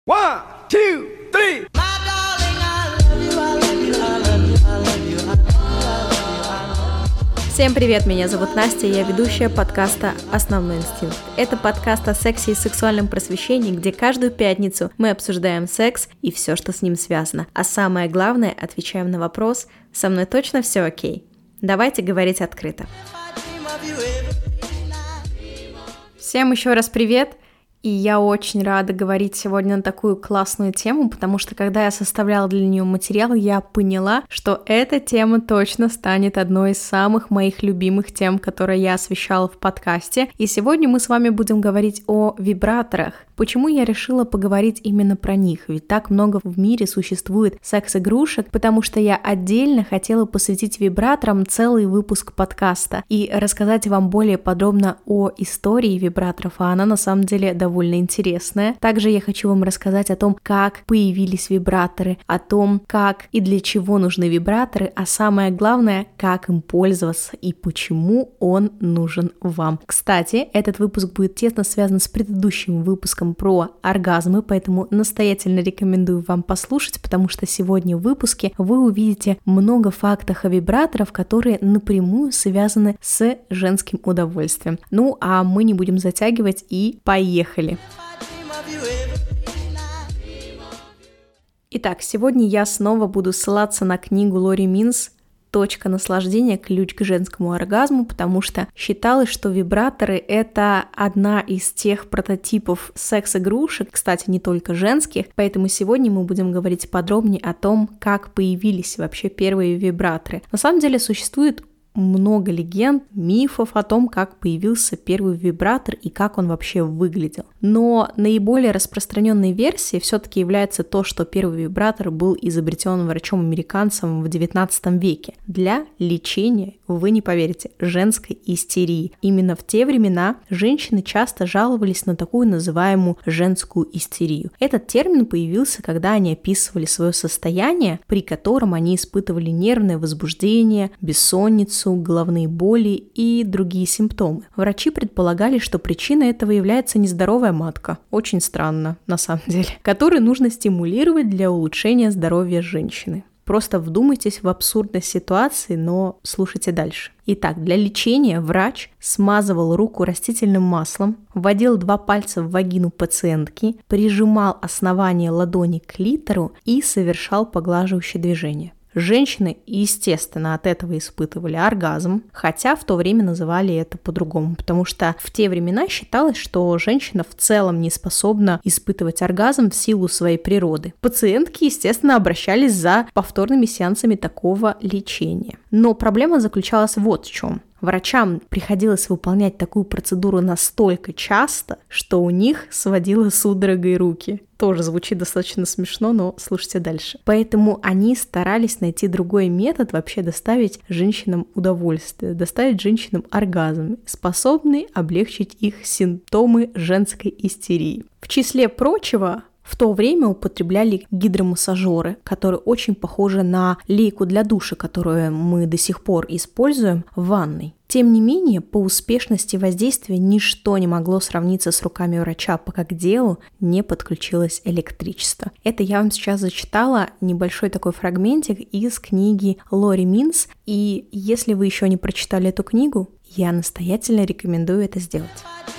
One, two, three. Всем привет, меня зовут Настя, я ведущая подкаста «Основной инстинкт». Это подкаст о сексе и сексуальном просвещении, где каждую пятницу мы обсуждаем секс и все, что с ним связано. А самое главное, отвечаем на вопрос «Со мной точно все окей?» Давайте говорить открыто. Всем еще раз привет! И я очень рада говорить сегодня на такую классную тему, потому что когда я составляла для нее материал, я поняла, что эта тема точно станет одной из самых моих любимых тем, которые я освещала в подкасте. И сегодня мы с вами будем говорить о вибраторах. Почему я решила поговорить именно про них? Ведь так много в мире существует секс-игрушек, потому что я отдельно хотела посвятить вибраторам целый выпуск подкаста и рассказать вам более подробно о истории вибраторов, а она на самом деле довольно интересная. Также я хочу вам рассказать о том, как появились вибраторы, о том, как и для чего нужны вибраторы, а самое главное, как им пользоваться и почему он нужен вам. Кстати, этот выпуск будет тесно связан с предыдущим выпуском про оргазмы, поэтому настоятельно рекомендую вам послушать, потому что сегодня в выпуске вы увидите много фактов о вибраторах, которые напрямую связаны с женским удовольствием. Ну, а мы не будем затягивать и поехали! Итак, сегодня я снова буду ссылаться на книгу Лори Минс «Точка наслаждения. Ключ к женскому оргазму», потому что считалось, что вибраторы — это одна из тех прототипов секс-игрушек, кстати, не только женских, поэтому сегодня мы будем говорить подробнее о том, как появились вообще первые вибраторы. На самом деле существует много легенд, мифов о том, как появился первый вибратор и как он вообще выглядел. Но наиболее распространенной версией все-таки является то, что первый вибратор был изобретен врачом-американцем в 19 веке для лечения, вы не поверите, женской истерии. Именно в те времена женщины часто жаловались на такую называемую женскую истерию. Этот термин появился, когда они описывали свое состояние, при котором они испытывали нервное возбуждение, бессонницу, головные боли и другие симптомы. Врачи предполагали, что причиной этого является нездоровая матка. Очень странно, на самом деле, которую нужно стимулировать для улучшения здоровья женщины. Просто вдумайтесь в абсурдность ситуации, но слушайте дальше. Итак, для лечения врач смазывал руку растительным маслом, вводил 2 пальца в вагину пациентки, прижимал основание ладони к клитору и совершал поглаживающее движение. Женщины, естественно, от этого испытывали оргазм, хотя в то время называли это по-другому, потому что в те времена считалось, что женщина в целом не способна испытывать оргазм в силу своей природы. Пациентки, естественно, обращались за повторными сеансами такого лечения. Но проблема заключалась вот в чем. Врачам приходилось выполнять такую процедуру настолько часто, что у них сводило судорогой руки. Тоже звучит достаточно смешно, но слушайте дальше. Поэтому они старались найти другой метод вообще доставить женщинам удовольствие, доставить женщинам оргазм, способный облегчить их симптомы женской истерии. В числе прочего, в то время употребляли гидромассажеры, которые очень похожи на лейку для душа, которую мы до сих пор используем в ванной. Тем не менее, по успешности воздействия ничто не могло сравниться с руками врача, пока к делу не подключилось электричество. Это я вам сейчас зачитала небольшой такой фрагментик из книги Лори Минс, и если вы еще не прочитали эту книгу, я настоятельно рекомендую это сделать.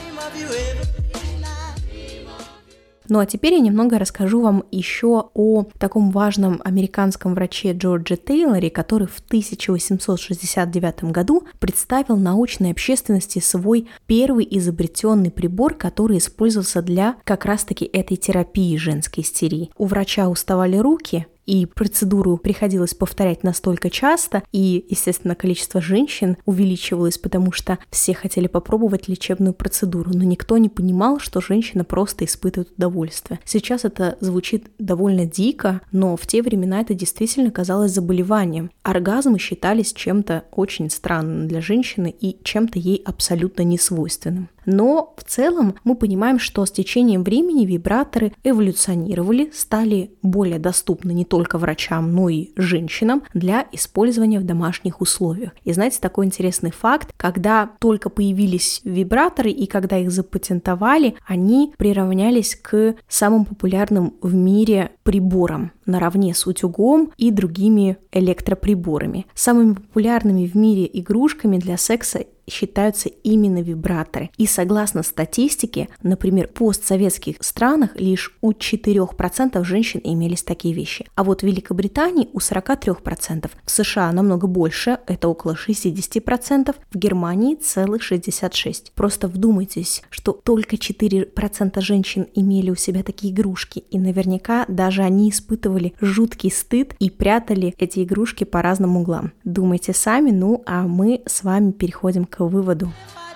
Ну а теперь я немного расскажу вам еще о таком важном американском враче Джорджи Тейлоре, который в 1869 году представил научной общественности свой первый изобретенный прибор, который использовался для как раз-таки этой терапии женской истерии. У врача уставали руки, и процедуру приходилось повторять настолько часто, и, естественно, количество женщин увеличивалось, потому что все хотели попробовать лечебную процедуру, но никто не понимал, что женщина просто испытывает удовольствие. Сейчас это звучит довольно дико, но в те времена это действительно казалось заболеванием. Оргазмы считались чем-то очень странным для женщины и чем-то ей абсолютно несвойственным. Но в целом мы понимаем, что с течением времени вибраторы эволюционировали, стали более доступны не только врачам, но и женщинам для использования в домашних условиях. И знаете, такой интересный факт, когда только появились вибраторы и когда их запатентовали, они приравнялись к самым популярным в мире приборам наравне с утюгом и другими электроприборами. Самыми популярными в мире игрушками для секса считаются именно вибраторы. И согласно статистике, например, в постсоветских странах лишь у 4% женщин имелись такие вещи. А вот в Великобритании у 43%, в США намного больше, это около 60%, в Германии целых 66%. Просто вдумайтесь, что только 4% женщин имели у себя такие игрушки, и наверняка даже они испытывали жуткий стыд и прятали эти игрушки по разным углам. Думайте сами, ну а мы с вами переходим к выводу.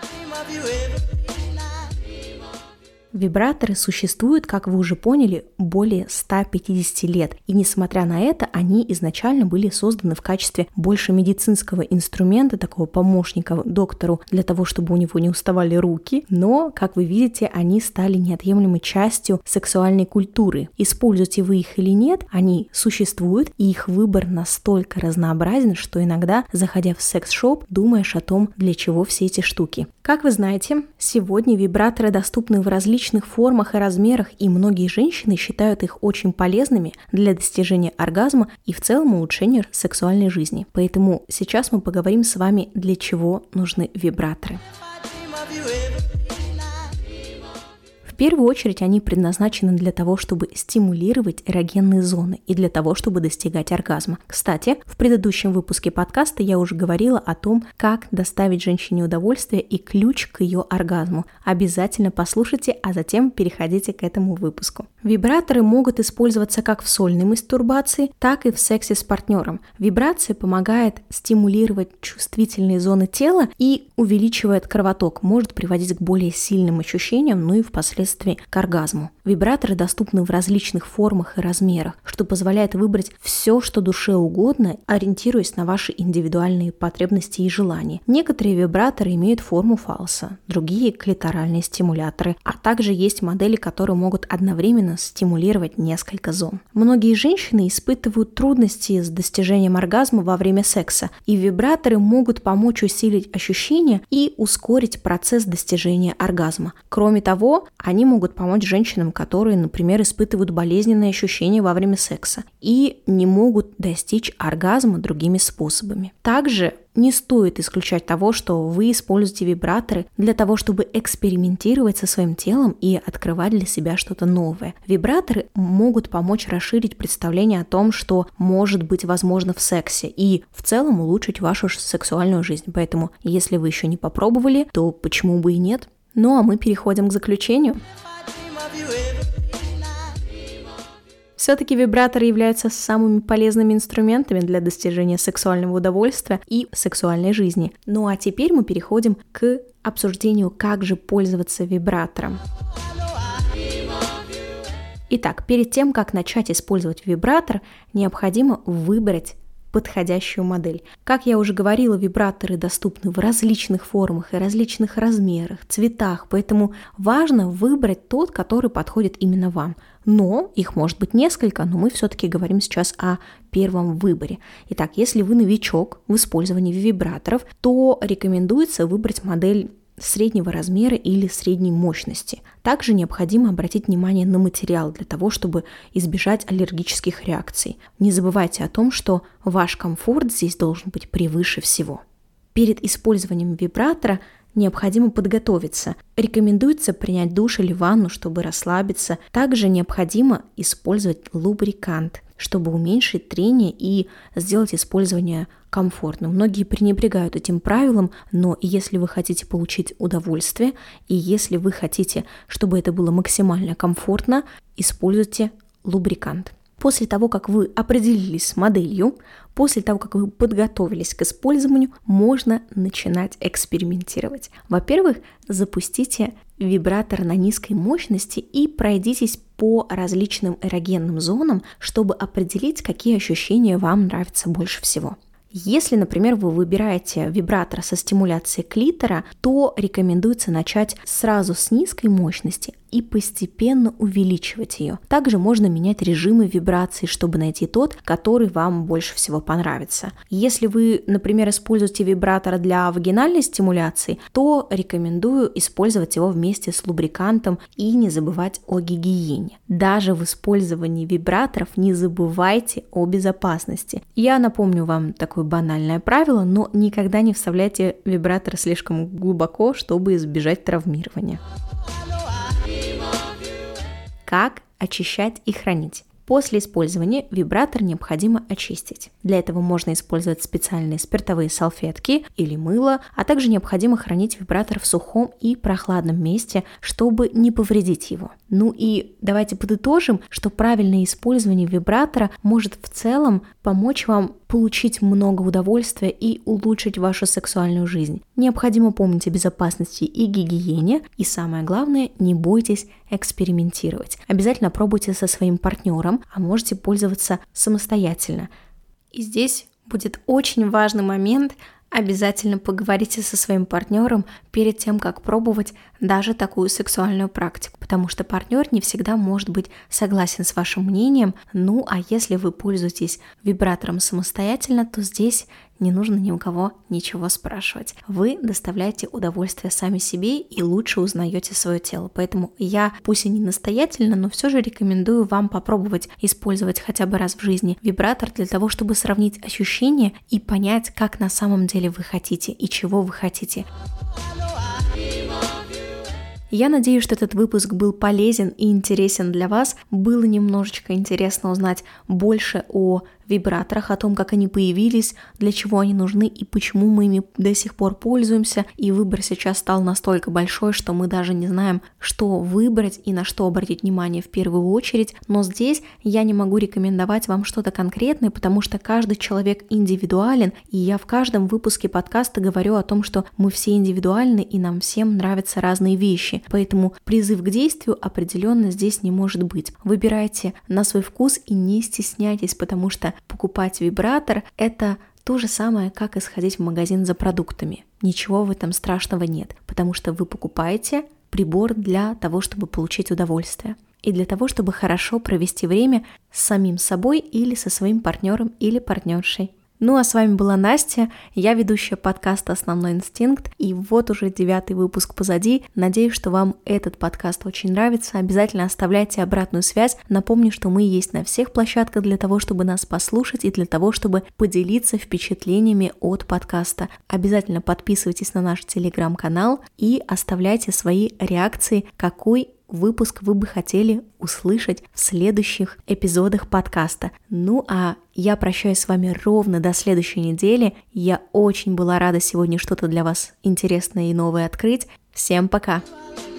Вибраторы существуют, как вы уже поняли, более 150 лет, и несмотря на это, они изначально были созданы в качестве больше медицинского инструмента, такого помощника доктору, для того, чтобы у него не уставали руки, но, как вы видите, они стали неотъемлемой частью сексуальной культуры. Используете вы их или нет, они существуют, и их выбор настолько разнообразен, что иногда, заходя в секс-шоп, думаешь о том, для чего все эти штуки. Как вы знаете, сегодня вибраторы доступны в различных формах и размерах, и многие женщины считают их очень полезными для достижения оргазма и в целом улучшения сексуальной жизни. Поэтому сейчас мы поговорим с вами, для чего нужны вибраторы. В первую очередь они предназначены для того, чтобы стимулировать эрогенные зоны и для того, чтобы достигать оргазма. Кстати, в предыдущем выпуске подкаста я уже говорила о том, как доставить женщине удовольствие и ключ к ее оргазму. Обязательно послушайте, а затем переходите к этому выпуску. Вибраторы могут использоваться как в сольной мастурбации, так и в сексе с партнером. Вибрация помогает стимулировать чувствительные зоны тела и увеличивает кровоток, может приводить к более сильным ощущениям, ну и впоследствии к оргазму. Вибраторы доступны в различных формах и размерах, что позволяет выбрать все, что душе угодно, ориентируясь на ваши индивидуальные потребности и желания. Некоторые вибраторы имеют форму фаллоса, другие – клиторальные стимуляторы, а также есть модели, которые могут одновременно стимулировать несколько зон. Многие женщины испытывают трудности с достижением оргазма во время секса, и вибраторы могут помочь усилить ощущения и ускорить процесс достижения оргазма. Кроме того, они могут помочь женщинам, которые, например, испытывают болезненные ощущения во время секса и не могут достичь оргазма другими способами. Также не стоит исключать того, что вы используете вибраторы для того, чтобы экспериментировать со своим телом и открывать для себя что-то новое. Вибраторы могут помочь расширить представление о том, что может быть возможно в сексе, и в целом улучшить вашу сексуальную жизнь. Поэтому, если вы еще не попробовали, то почему бы и нет? Ну а мы переходим к заключению. Все-таки вибраторы являются самыми полезными инструментами для достижения сексуального удовольствия и сексуальной жизни. Ну а теперь мы переходим к обсуждению, как же пользоваться вибратором. Итак, перед тем, как начать использовать вибратор, необходимо выбрать подходящую модель. Как я уже говорила, вибраторы доступны в различных формах и различных размерах, цветах, поэтому важно выбрать тот, который подходит именно вам. Но их может быть несколько, но мы все-таки говорим сейчас о первом выборе. Итак, если вы новичок в использовании вибраторов, то рекомендуется выбрать модель среднего размера или средней мощности. Также необходимо обратить внимание на материал для того, чтобы избежать аллергических реакций. Не забывайте о том, что ваш комфорт здесь должен быть превыше всего. Перед использованием вибратора необходимо подготовиться. Рекомендуется принять душ или ванну, чтобы расслабиться. Также необходимо использовать лубрикант, чтобы уменьшить трение и сделать использование комфортным. Многие пренебрегают этим правилом, но если вы хотите получить удовольствие и если вы хотите, чтобы это было максимально комфортно, используйте лубрикант. После того, как вы определились с моделью, после того, как вы подготовились к использованию, можно начинать экспериментировать. Во-первых, запустите вибратор на низкой мощности и пройдитесь по различным эрогенным зонам, чтобы определить, какие ощущения вам нравятся больше всего. Если, например, вы выбираете вибратор со стимуляцией клитора, то рекомендуется начать сразу с низкой мощности и постепенно увеличивать ее. Также можно менять режимы вибрации, чтобы найти тот, который вам больше всего понравится. Если вы, например, используете вибратор для вагинальной стимуляции, то рекомендую использовать его вместе с лубрикантом и не забывать о гигиене. Даже в использовании вибраторов не забывайте о безопасности. Я напомню вам такое банальное правило, но никогда не вставляйте вибратор слишком глубоко, чтобы избежать травмирования. Как очищать и хранить? После использования вибратор необходимо очистить. Для этого можно использовать специальные спиртовые салфетки или мыло, а также необходимо хранить вибратор в сухом и прохладном месте, чтобы не повредить его. Ну и давайте подытожим, что правильное использование вибратора может в целом помочь вам получить много удовольствия и улучшить вашу сексуальную жизнь. Необходимо помнить о безопасности и гигиене, и самое главное, не бойтесь экспериментировать. Обязательно пробуйте со своим партнером, а можете пользоваться самостоятельно. И здесь будет очень важный момент. Обязательно поговорите со своим партнером перед тем, как пробовать даже такую сексуальную практику, потому что партнер не всегда может быть согласен с вашим мнением. Ну, а если вы пользуетесь вибратором самостоятельно, то здесь не нужно ни у кого ничего спрашивать. Вы доставляете удовольствие сами себе и лучше узнаете свое тело. Поэтому я, пусть и не настоятельно, но все же рекомендую вам попробовать использовать хотя бы раз в жизни вибратор для того, чтобы сравнить ощущения и понять, как на самом деле вы хотите и чего вы хотите. Я надеюсь, что этот выпуск был полезен и интересен для вас. Было немножечко интересно узнать больше о вибраторах, о том, как они появились, для чего они нужны и почему мы ими до сих пор пользуемся. И выбор сейчас стал настолько большой, что мы даже не знаем, что выбрать и на что обратить внимание в первую очередь. Но здесь я не могу рекомендовать вам что-то конкретное, потому что каждый человек индивидуален, и я в каждом выпуске подкаста говорю о том, что мы все индивидуальны и нам всем нравятся разные вещи. Поэтому призыв к действию определенно здесь не может быть. Выбирайте на свой вкус и не стесняйтесь, потому что покупать вибратор – это то же самое, как и сходить в магазин за продуктами. Ничего в этом страшного нет, потому что вы покупаете прибор для того, чтобы получить удовольствие. И для того, чтобы хорошо провести время с самим собой или со своим партнером или партнершей. Ну а с вами была Настя, я ведущая подкаста «Основной инстинкт», и вот уже 9-й выпуск позади. Надеюсь, что вам этот подкаст очень нравится. Обязательно оставляйте обратную связь. Напомню, что мы есть на всех площадках для того, чтобы нас послушать и для того, чтобы поделиться впечатлениями от подкаста. Обязательно подписывайтесь на наш телеграм-канал и оставляйте свои реакции, какой выпуск вы бы хотели услышать в следующих эпизодах подкаста. Ну а я прощаюсь с вами ровно до следующей недели. Я очень была рада сегодня что-то для вас интересное и новое открыть. Всем пока!